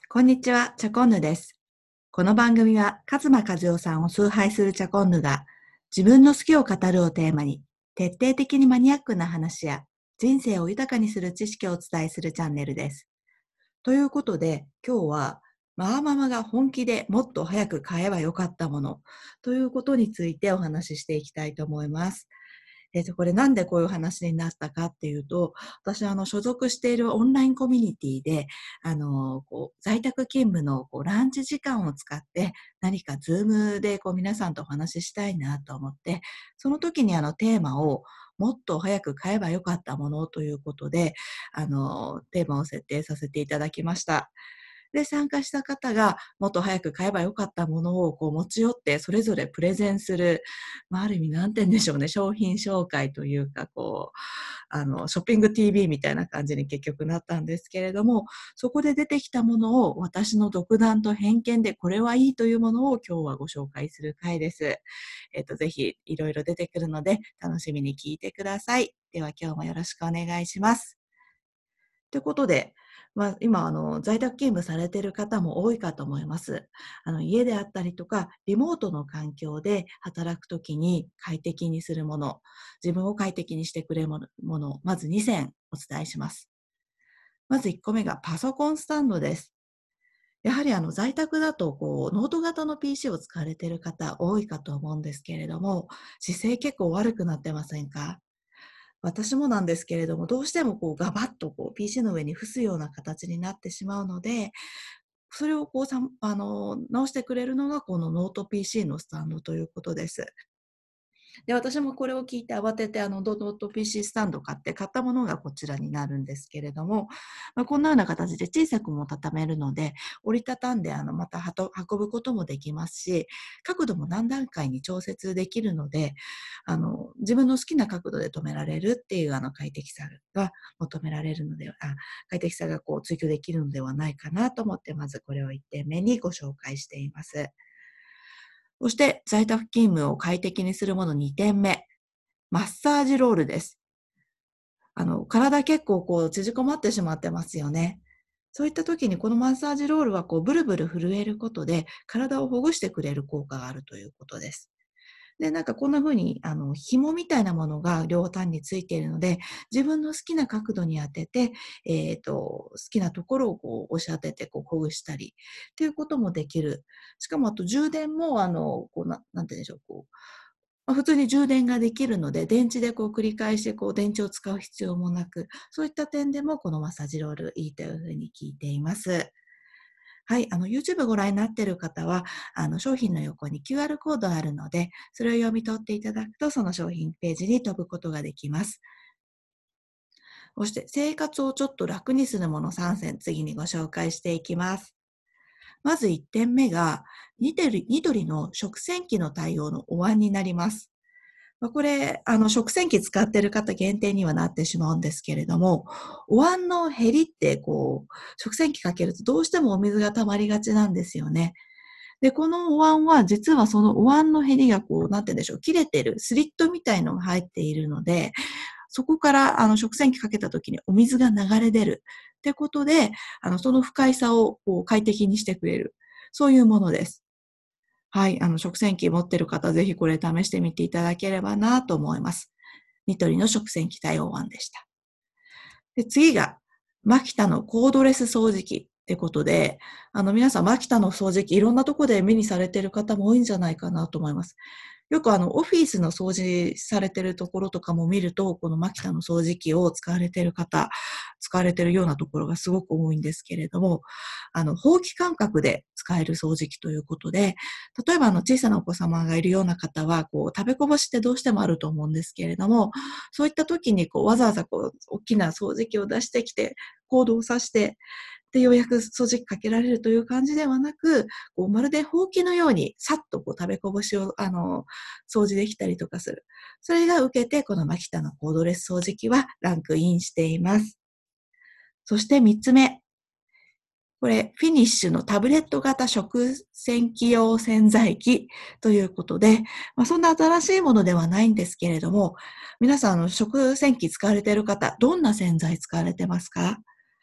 こんにちは、チャコンヌです。この番組は、勝間和代さんを崇拝するチャコンヌが、自分の好きを語るをテーマに、徹底的にマニアックな話や、人生を豊かにする知識をお伝えするチャンネルです。ということで、今日は、ママが本気でもっと早く買えばよかったものということについてお話ししていきたいと思います。これなんでこういう話になったかっていうと、私所属しているオンラインコミュニティで、在宅勤務のランチ時間を使って何かズームで皆さんとお話ししたいなと思って、その時にテーマをもっと早く買えばよかったものということで、テーマを設定させていただきました。で、参加した方がもっと早く買えばよかったものを持ち寄ってそれぞれプレゼンする、ある意味なんて言うんでしょうね、商品紹介というか、ショッピング TV みたいな感じに結局なったんですけれども、そこで出てきたものを私の独断と偏見でこれはいいというものを今日はご紹介する回です。ぜひいろいろ出てくるので楽しみに聞いてください。では今日もよろしくお願いします。ということで、今、在宅勤務されている方も多いかと思います。家であったりとか、リモートの環境で働くときに快適にするもの、自分を快適にしてくれるもの、まず2選お伝えします。まず1個目がパソコンスタンドです。やはり在宅だとノート型の PC を使われている方多いかと思うんですけれども、姿勢結構悪くなってませんか？私もなんですけれども、どうしてもガバッとPC の上に伏すような形になってしまうので、それを直してくれるのがこのノート PC のスタンドということです。で、私もこれを聞いて慌ててノート PC スタンド買ったものがこちらになるんですけれども、こんなような形で小さくも畳めるので、折りたたんでまた運ぶこともできますし、角度も何段階に調節できるので、自分の好きな角度で止められるっていう快適さが求められるので、快適さが追求できるのではないかなと思って、まずこれを1点目にご紹介しています。そして在宅勤務を快適にするもの2点目、マッサージロールです。体結構縮こまってしまってますよね。そういった時にこのマッサージロールはブルブル震えることで体をほぐしてくれる効果があるということです。で、こんな風に紐みたいなものが両端についているので、自分の好きな角度に当てて、好きなところを押し当ててほぐしたりっていうこともできる。しかもあと充電もなんて言うんでしょう、普通に充電ができるので、電池で繰り返して電池を使う必要もなく、そういった点でもこのマッサージロールいいというふうに聞いています。はい、YouTube ご覧になっている方は、商品の横に QR コードあるので、それを読み取っていただくと、その商品ページに飛ぶことができます。そして、生活をちょっと楽にするもの3選、次にご紹介していきます。まず1点目が、ニトリの食洗機の対応のお椀になります。これ、食洗機使ってる方限定にはなってしまうんですけれども、お椀の減りって、食洗機かけるとどうしてもお水が溜まりがちなんですよね。で、このお椀は、実はそのお椀の減りがなんて言うんでしょう、切れてる、スリットみたいのが入っているので、そこから、食洗機かけた時にお水が流れ出る。ってことで、その不快さを、快適にしてくれる。そういうものです。はい、食洗機持ってる方、ぜひこれ試してみていただければなと思います。ニトリの食洗機対応案でした。で、次が、マキタのコードレス掃除機ってことで、皆さんマキタの掃除機いろんなとこで目にされている方も多いんじゃないかなと思います。よくオフィスの掃除されてるところとかも見ると、このマキタの掃除機を使われている方、使われているようなところがすごく多いんですけれども、ほうき感覚で使える掃除機ということで、例えば小さなお子様がいるような方は、食べこぼしってどうしてもあると思うんですけれども、そういった時にわざわざ大きな掃除機を出してきて、コードを挿して、で、ようやく掃除機かけられるという感じではなく、まるでほうきのように、さっと食べこぼしを、掃除できたりとかする。それが受けて、このマキタのコードレス掃除機はランクインしています。そして3つ目。これ、フィニッシュのタブレット型食洗機用洗剤機ということで、そんな新しいものではないんですけれども、皆さん食洗機使われている方、どんな洗剤使われてますか？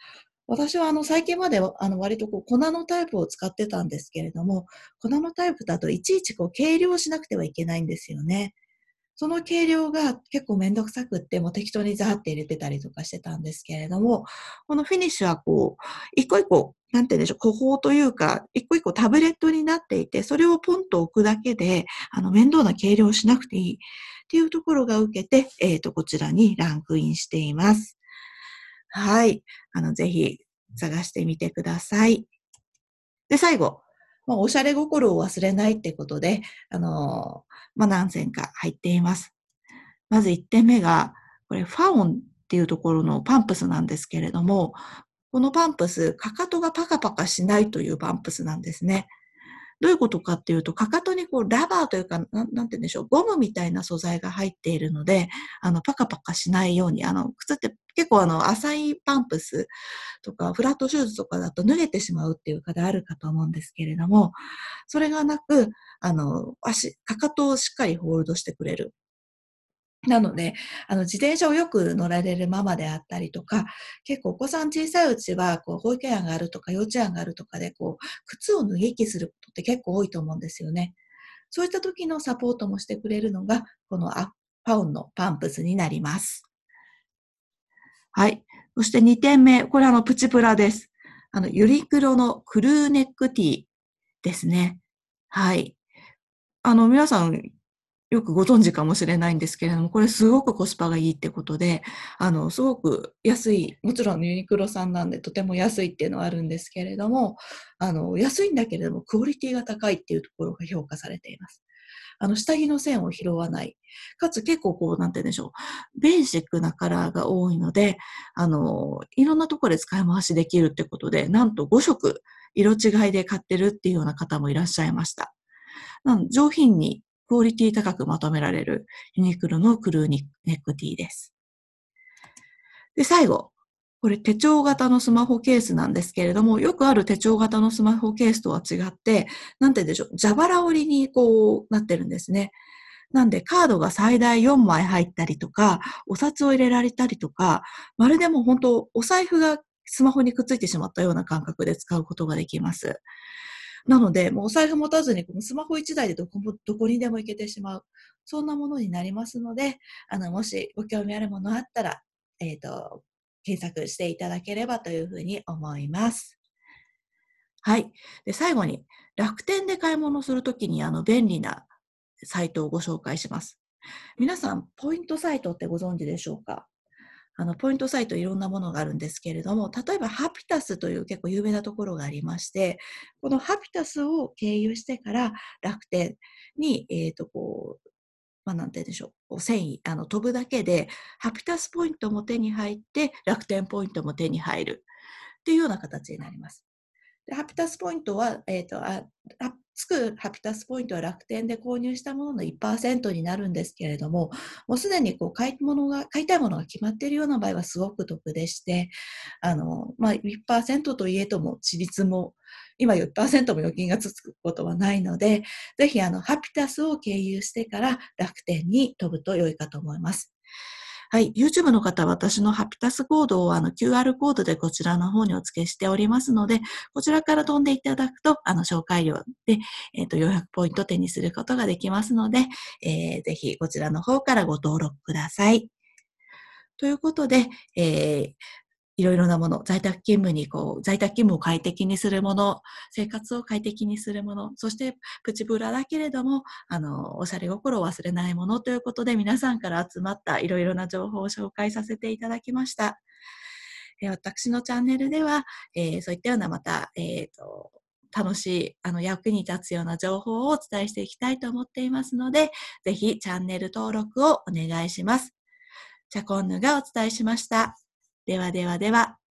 私は最近まで割と粉のタイプを使ってたんですけれども、粉のタイプだといちいち計量しなくてはいけないんですよね。その計量が結構めんどくさくって、もう適当にザーって入れてたりとかしてたんですけれども、このフィニッシュは一個一個、なんて言うんでしょう、個包というか、一個一個タブレットになっていて、それをポンと置くだけで、面倒な計量をしなくていいっていうところが受けて、こちらにランクインしています。はい。ぜひ探してみてください。で、最後、おしゃれ心を忘れないってことで、何選か入っています。まず1点目が、これファオンっていうところのパンプスなんですけれども、このパンプス、かかとがパカパカしないというパンプスなんですね。どういうことかっていうと、かかとにラバーというか、なんて言うんでしょう、ゴムみたいな素材が入っているので、パカパカしないように、靴って結構浅いパンプスとか、フラットシューズとかだと脱げてしまうっていう方あるかと思うんですけれども、それがなく、かかとをしっかりホールドしてくれる。なので、自転車をよく乗られるママであったりとか、結構お子さん小さいうちは、保育園があるとか幼稚園があるとかで、靴を脱ぎ着することって結構多いと思うんですよね。そういった時のサポートもしてくれるのが、このパウンのパンプスになります。はい。そして2点目、これプチプラです。ユニクロのクルーネックティーですね。はい。皆さん、よくご存知かもしれないんですけれども、これすごくコスパがいいってことで、すごく安い、もちろんユニクロさんなんでとても安いっていうのはあるんですけれども、安いんだけれどもクオリティが高いっていうところが評価されています。下着の線を拾わない。かつ結構なんて言うんでしょう。ベーシックなカラーが多いので、いろんなところで使い回しできるってことで、なんと5色色違いで買ってるっていうような方もいらっしゃいました。上品にクオリティ高くまとめられるユニクロのクルーネックティーです。で、最後。これ手帳型のスマホケースなんですけれども、よくある手帳型のスマホケースとは違って、なんて言うんでしょう、蛇腹折りになってるんですね。なんでカードが最大4枚入ったりとか、お札を入れられたりとか、まるでも本当お財布がスマホにくっついてしまったような感覚で使うことができます。なので、もうお財布持たずにスマホ1台でどこにでも行けてしまう。そんなものになりますので、もしご興味あるものあったら、検索していただければというふうに思います。はい。で、最後に、楽天で買い物するときに便利なサイトをご紹介します。皆さん、ポイントサイトってご存知でしょうか？ポイントサイトいろんなものがあるんですけれども、例えばハピタスという結構有名なところがありまして、このハピタスを経由してから楽天に、なんて言うんでしょう、繊維、飛ぶだけで、ハピタスポイントも手に入って、楽天ポイントも手に入るっていうような形になります。でハピタスポイントは、つくハピタスポイントは楽天で購入したものの 1% になるんですけれども、もうすでに買いたいものが決まっているような場合はすごく得でして、1% といえども、利率も、今 1% も預金がつくことはないので、ぜひハピタスを経由してから楽天に飛ぶと良いかと思います。はい。YouTube の方は私のハピタスコードをQR コードでこちらの方にお付けしておりますので、こちらから飛んでいただくと、紹介料で、400ポイント手にすることができますので、ぜひこちらの方からご登録ください。ということで、いろいろなもの、在宅勤務を快適にするもの、生活を快適にするもの、そしてプチプラだけれども、おしゃれ心を忘れないものということで、皆さんから集まったいろいろな情報を紹介させていただきました。私のチャンネルでは、そういったようなまた、楽しい、役に立つような情報をお伝えしていきたいと思っていますので、ぜひチャンネル登録をお願いします。チャコンヌがお伝えしました。ではではでは。